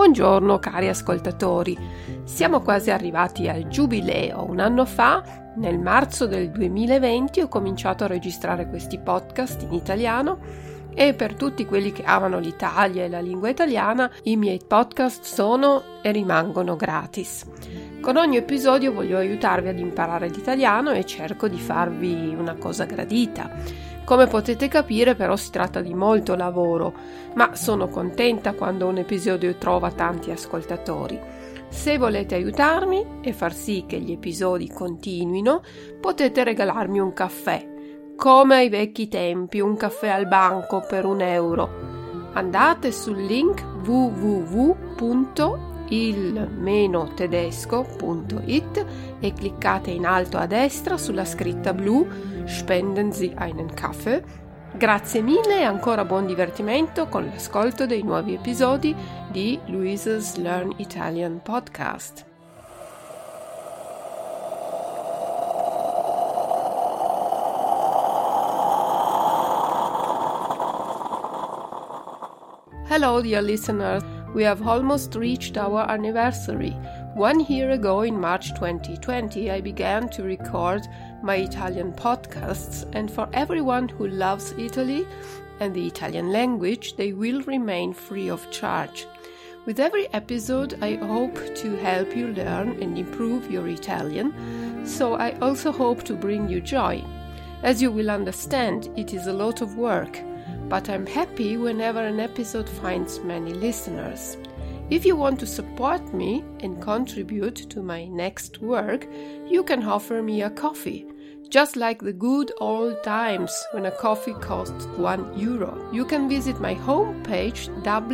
Buongiorno cari ascoltatori, siamo quasi arrivati al giubileo. Un anno fa, nel marzo del 2020, ho cominciato a registrare questi podcast in italiano e per tutti quelli che amano l'Italia e la lingua italiana, i miei podcast sono e rimangono gratis. Con ogni episodio voglio aiutarvi ad imparare l'italiano e cerco di farvi una cosa gradita. Come potete capire, però, si tratta di molto lavoro, ma sono contenta quando un episodio trova tanti ascoltatori. Se volete aiutarmi e far sì che gli episodi continuino, potete regalarmi un caffè, come ai vecchi tempi, un caffè al banco per €1. Andate sul link www.il-tedesco.it e cliccate in alto a destra sulla scritta blu Spenden Sie einen Kaffee. Grazie mille e ancora buon divertimento con l'ascolto dei nuovi episodi di Louisa's Learn Italian podcast. Hello dear listeners, we have almost reached our anniversary. 1 year ago, in March 2020, I began to record my Italian podcasts, and for everyone who loves Italy and the Italian language, they will remain free of charge. With every episode, I hope to help you learn and improve your Italian, so I also hope to bring you joy. As you will understand, it is a lot of work, but I'm happy whenever an episode finds many listeners. If you want to support me and contribute to my next work, you can offer me a coffee, just like the good old times when a coffee cost €1. You can visit my homepage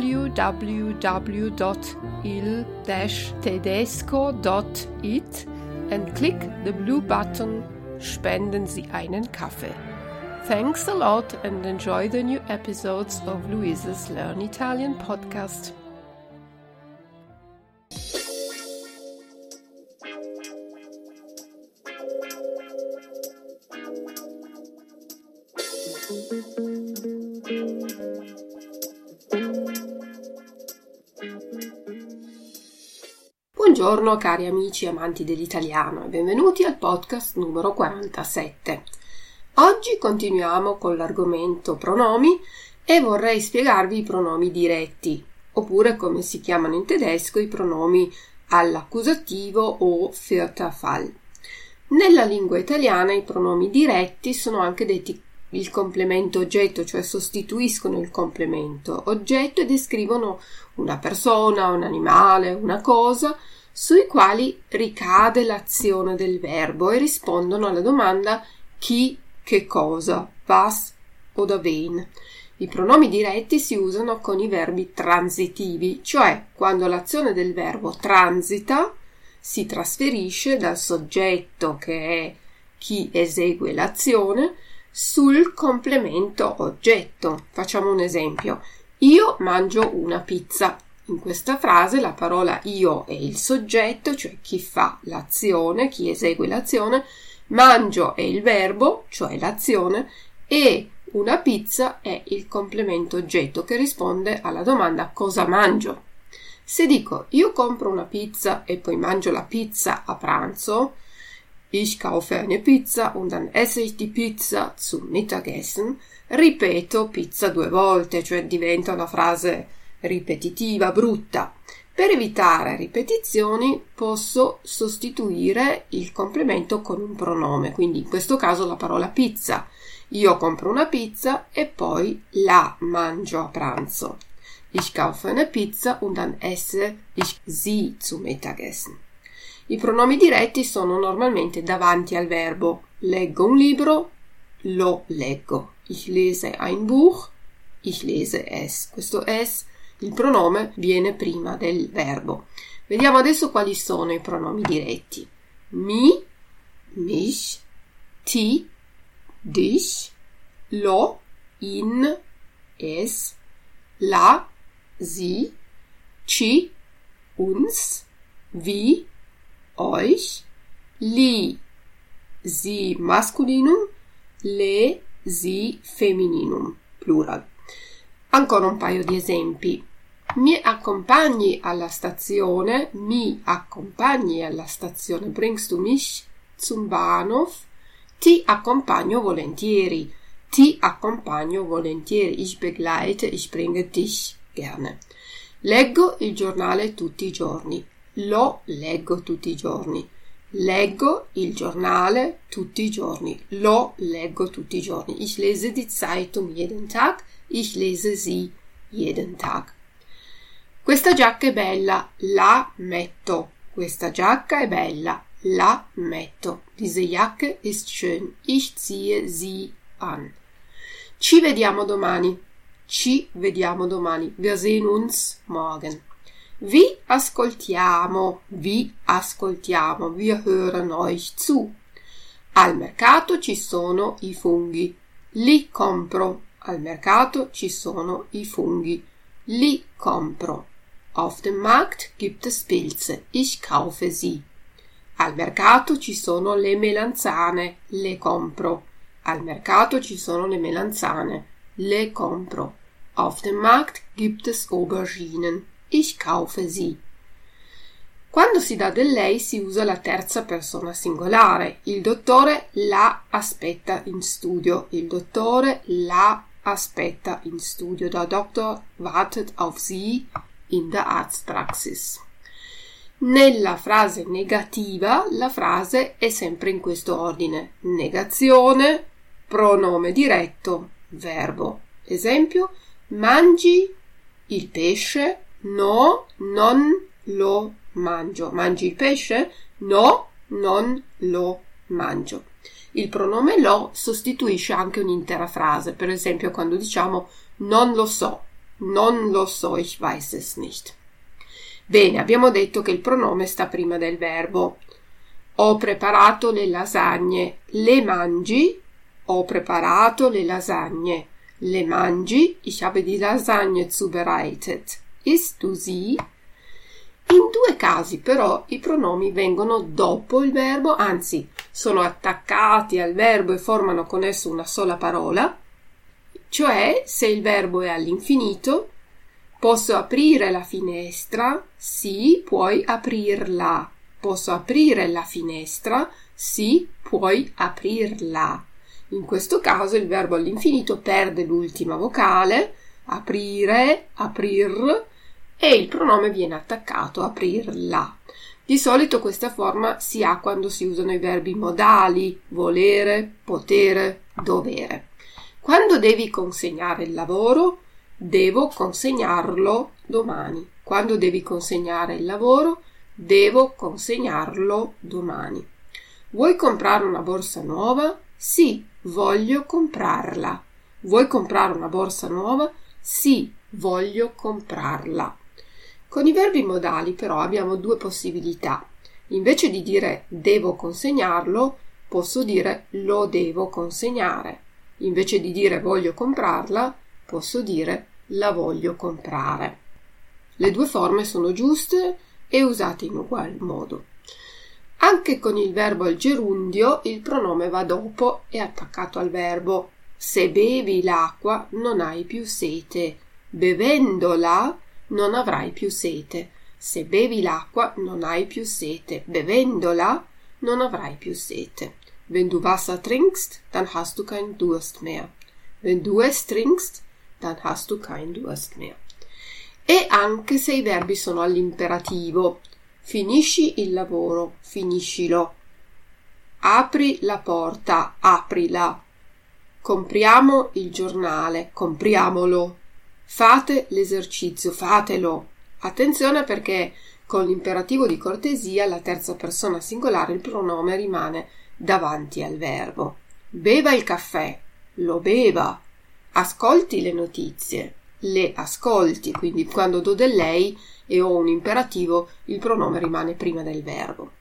www.il-tedesco.it and click the blue button Spenden Sie einen Kaffee. Thanks a lot and enjoy the new episodes of Louisa's Learn Italian podcast. Buongiorno cari amici amanti dell'italiano e benvenuti al podcast numero 47. Oggi continuiamo con l'argomento pronomi e vorrei spiegarvi i pronomi diretti, oppure come si chiamano in tedesco i pronomi all'accusativo o vierter Fall. Nella lingua italiana i pronomi diretti sono anche detti il complemento oggetto, cioè sostituiscono il complemento oggetto e descrivono una persona, un animale, una cosa sui quali ricade l'azione del verbo e rispondono alla domanda chi, che cosa, was oder wen. I pronomi diretti si usano con i verbi transitivi, cioè quando l'azione del verbo transita si trasferisce dal soggetto, che è chi esegue l'azione, sul complemento oggetto. Facciamo un esempio. Io mangio una pizza. In questa frase la parola io è il soggetto, cioè chi fa l'azione, chi esegue l'azione, mangio è il verbo, cioè l'azione, e una pizza è il complemento oggetto che risponde alla domanda cosa mangio. Se dico io compro una pizza e poi mangio la pizza a pranzo, ich kaufe eine Pizza und dann esse ich die Pizza zum Mittagessen, ripeto pizza 2 volte, cioè diventa una frase ripetitiva, brutta. Per evitare ripetizioni posso sostituire il complemento con un pronome, quindi in questo caso la parola pizza. Io compro una pizza e poi la mangio a pranzo. Ich kaufe eine Pizza und dann esse ich sie zum Mittagessen. I pronomi diretti sono normalmente davanti al verbo. Leggo un libro, lo leggo. Ich lese ein Buch, ich lese es. Questo es, il pronome, viene prima del verbo. Vediamo adesso quali sono i pronomi diretti. Mi, mich, ti, dich, lo, in, es, la, sie, ci, uns, vi, euch, li, sie masculinum, le, sie femininum, plural. Ancora un paio di esempi. Mi accompagni alla stazione, mi accompagni alla stazione, bringst du mich zum Bahnhof? Ti accompagno volentieri, ti accompagno volentieri, ich begleite, ich bringe dich gerne. Leggo il giornale tutti i giorni, lo leggo tutti i giorni. Leggo il giornale tutti i giorni, lo leggo tutti i giorni. Ich lese die Zeitung jeden Tag, ich lese sie jeden Tag. Questa giacca è bella, la metto. Questa giacca è bella, la metto. Diese Jacke ist schön, ich ziehe sie an. Ci vediamo domani. Ci vediamo domani. Wir sehen uns morgen. Vi ascoltiamo, wir hören euch zu. Al mercato ci sono i funghi, li compro. Al mercato ci sono i funghi, li compro. Auf dem Markt gibt es Pilze, ich kaufe sie. Al mercato ci sono le melanzane, le compro. Al mercato ci sono le melanzane, le compro. Auf dem Markt gibt es Auberginen. Ich kaufe sie. Quando si dà del lei si usa la terza persona singolare. Il dottore la aspetta in studio. Il dottore la aspetta in studio. Der Doktor wartet auf sie in der Arztpraxis. Nella frase negativa la frase è sempre in questo ordine: negazione, pronome diretto, verbo. Esempio: mangi il pesce? No, non lo mangio. Mangi il pesce? No, non lo mangio. Il pronome lo sostituisce anche un'intera frase. Per esempio, quando diciamo non lo so, ich weiß es nicht. Bene, abbiamo detto che il pronome sta prima del verbo. Ho preparato le lasagne. Le mangi? Ho preparato le lasagne. Le mangi? Ich habe die Lasagne zubereitet. Isst du sie? In due casi però i pronomi vengono dopo il verbo, anzi sono attaccati al verbo e formano con esso una sola parola, cioè se il verbo è all'infinito: posso aprire la finestra? Sì, puoi aprirla. Posso aprire la finestra? Sì, puoi aprirla. In questo caso il verbo all'infinito perde l'ultima vocale, aprire, aprir, e il pronome viene attaccato, aprirla. Di solito questa forma si ha quando si usano i verbi modali, volere, potere, dovere. Quando devi consegnare il lavoro? Devo consegnarlo domani. Quando devi consegnare il lavoro? Devo consegnarlo domani. Vuoi comprare una borsa nuova? Sì, voglio comprarla. Vuoi comprare una borsa nuova? Sì, voglio comprarla. Con i verbi modali però abbiamo due possibilità. Invece di dire devo consegnarlo, posso dire lo devo consegnare. Invece di dire voglio comprarla, posso dire la voglio comprare. Le due forme sono giuste e usate in ugual modo. Anche con il verbo al gerundio il pronome va dopo e attaccato al verbo. Se bevi l'acqua non hai più sete. Bevendola non avrai più sete. Se bevi l'acqua non hai più sete. Bevendola non avrai più sete. Wenn du Wasser trinkst, dann hast du keinen Durst mehr. Wenn du es trinkst, dann hast du keinen Durst mehr. E anche se i verbi sono all'imperativo. Finisci il lavoro, finiscilo. Apri la porta, aprila. Compriamo il giornale, compriamolo. Fate l'esercizio, fatelo. Attenzione perché con l'imperativo di cortesia la terza persona singolare il pronome rimane davanti al verbo. Beva il caffè, lo beva. Ascolti le notizie, le ascolti. Quindi quando do del lei e ho un imperativo il pronome rimane prima del verbo.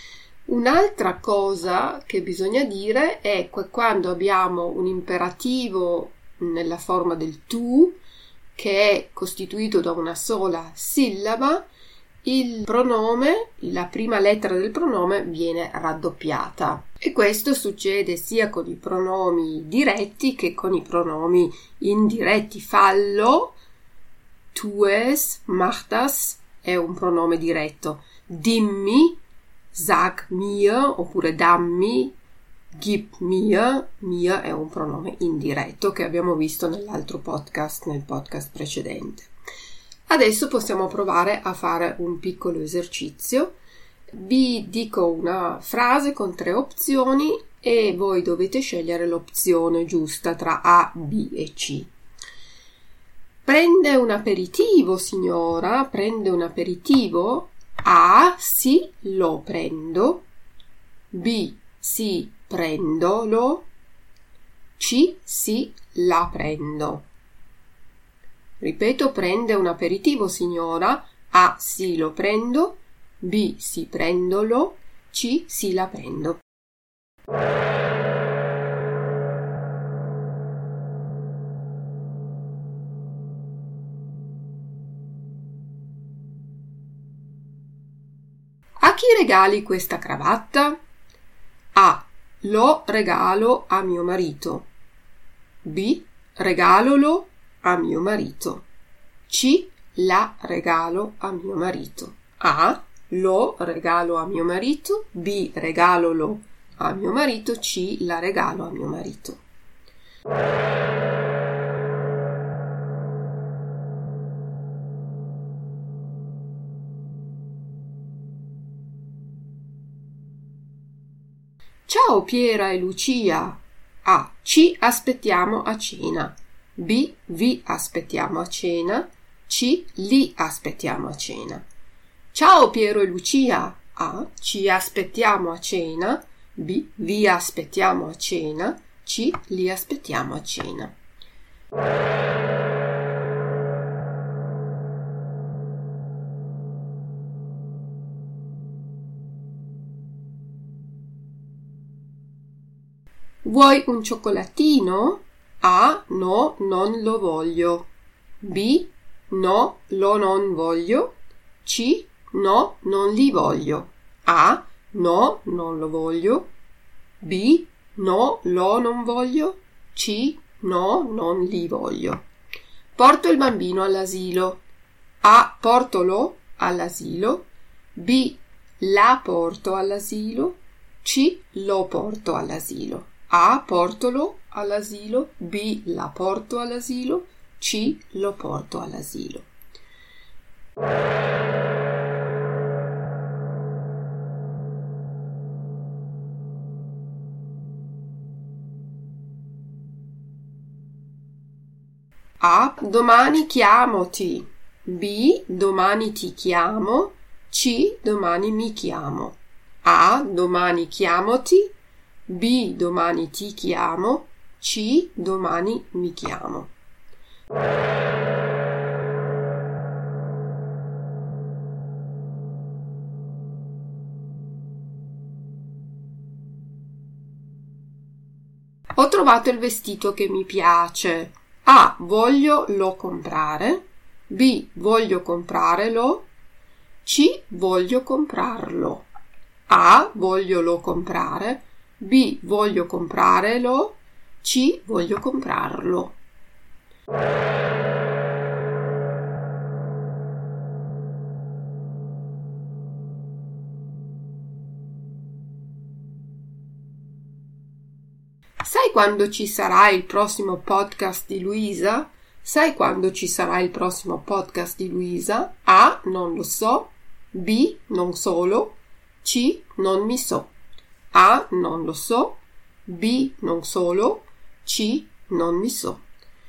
Un'altra cosa che bisogna dire è che quando abbiamo un imperativo nella forma del tu, che è costituito da una sola sillaba, il pronome, la prima lettera del pronome viene raddoppiata. E questo succede sia con i pronomi diretti che con i pronomi indiretti. Fallo, tu es, mach das è un pronome diretto. Dimmi, sag mir, oppure dammi, gib mir, mir è un pronome indiretto che abbiamo visto nell'altro podcast, nel podcast precedente. Adesso possiamo provare a fare un piccolo esercizio. Vi dico una frase con 3 opzioni e voi dovete scegliere l'opzione giusta tra A, B e C. Prende un aperitivo, signora, prende un aperitivo. A, sì, lo prendo. B, sì, prendolo. C, sì, la prendo. Ripeto, prende un aperitivo, signora. A, sì, lo prendo. B, sì, prendolo. C, sì, la prendo. A chi regali questa cravatta? A. Lo regalo a mio marito. B. Regalolo a mio marito. C. La regalo a mio marito. A. Lo regalo a mio marito. B. Regalolo a mio marito. C. La regalo a mio marito. Ciao Piera e Lucia. A. Ci aspettiamo a cena. B. Vi aspettiamo a cena. C. Li aspettiamo a cena. Ciao Piero e Lucia. A. Ci aspettiamo a cena. B. Vi aspettiamo a cena. C. Li aspettiamo a cena. Vuoi un cioccolatino? A. No, non lo voglio. B. No, lo non voglio. C. No, non li voglio. A. No, non lo voglio. B. No, lo non voglio. C. No, non li voglio. Porto il bambino all'asilo. A. Portolo all'asilo. B. La porto all'asilo. C. Lo porto all'asilo. A. Portolo all'asilo. B. La porto all'asilo. C. Lo porto all'asilo. A. Domani chiamoti. B. Domani ti chiamo. C. Domani mi chiamo. A. Domani chiamoti. B. Domani ti chiamo. C. Domani mi chiamo. Ho trovato il vestito che mi piace. A. Voglio lo comprare. B. Voglio comprarlo. C. Voglio comprarlo. A. Voglio lo comprare. B. Voglio comprarlo. C. Voglio comprarlo. Sai quando ci sarà il prossimo podcast di Luisa? Sai quando ci sarà il prossimo podcast di Luisa? A. Non lo so. B. Non solo. C. Non mi so. A. Non lo so. B. Non solo. C. Non mi so.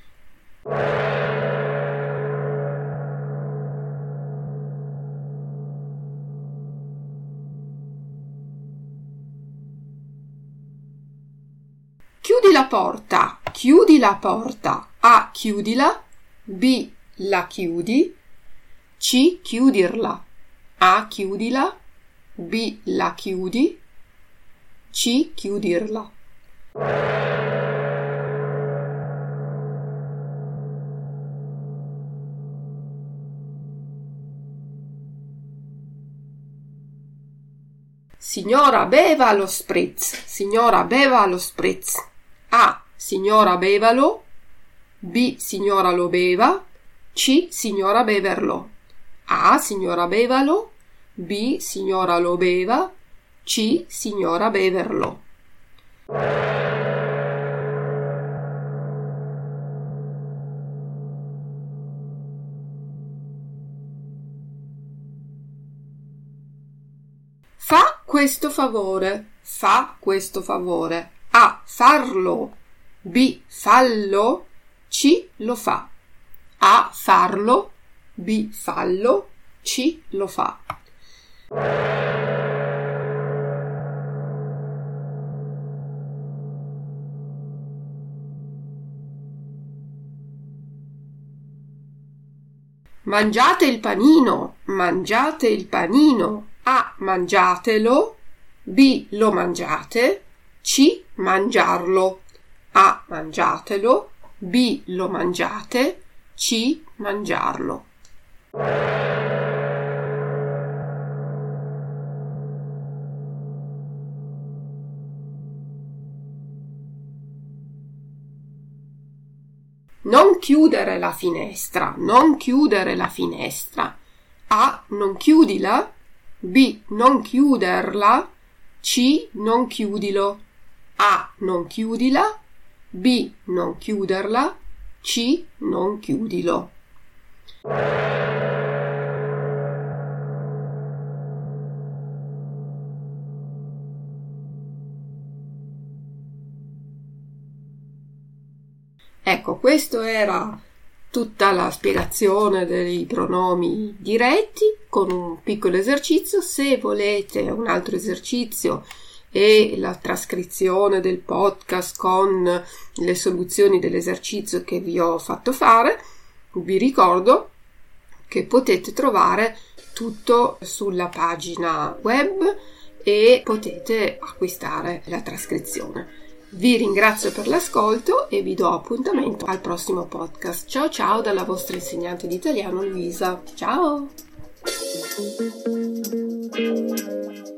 Chiudi la porta. Chiudi la porta. A. Chiudila. B. La chiudi. C. Chiudirla. A. Chiudila. B. La chiudi. C. Chiudirla. Signora, beva lo spritz. Signora, beva lo spritz. A. Signora, bevalo. B. Signora, lo beva. C. Signora beverlo. A. Signora bevalo. B. Signora lo beva. C. Signora beverlo. Fa questo favore. Fa questo favore. A. Farlo. B. Fallo. C. Lo fa. A. Farlo. B. Fallo. C. Lo fa. Mangiate il panino. Mangiate il panino. A. Mangiatelo. B. Lo mangiate. C. Mangiarlo. A. Mangiatelo. B. Lo mangiate. C. Mangiarlo. Non chiudere la finestra. Non chiudere la finestra. A. Non chiudila. B. Non chiuderla. C. Non chiudilo. A. Non chiudila. B. Non chiuderla. C. Non chiudilo. Ecco, questo era tutta la spiegazione dei pronomi diretti con un piccolo esercizio. Se volete un altro esercizio e la trascrizione del podcast con le soluzioni dell'esercizio che vi ho fatto fare, vi ricordo che potete trovare tutto sulla pagina web e potete acquistare la trascrizione. Vi ringrazio per l'ascolto e vi do appuntamento al prossimo podcast. Ciao ciao dalla vostra insegnante di italiano Luisa. Ciao!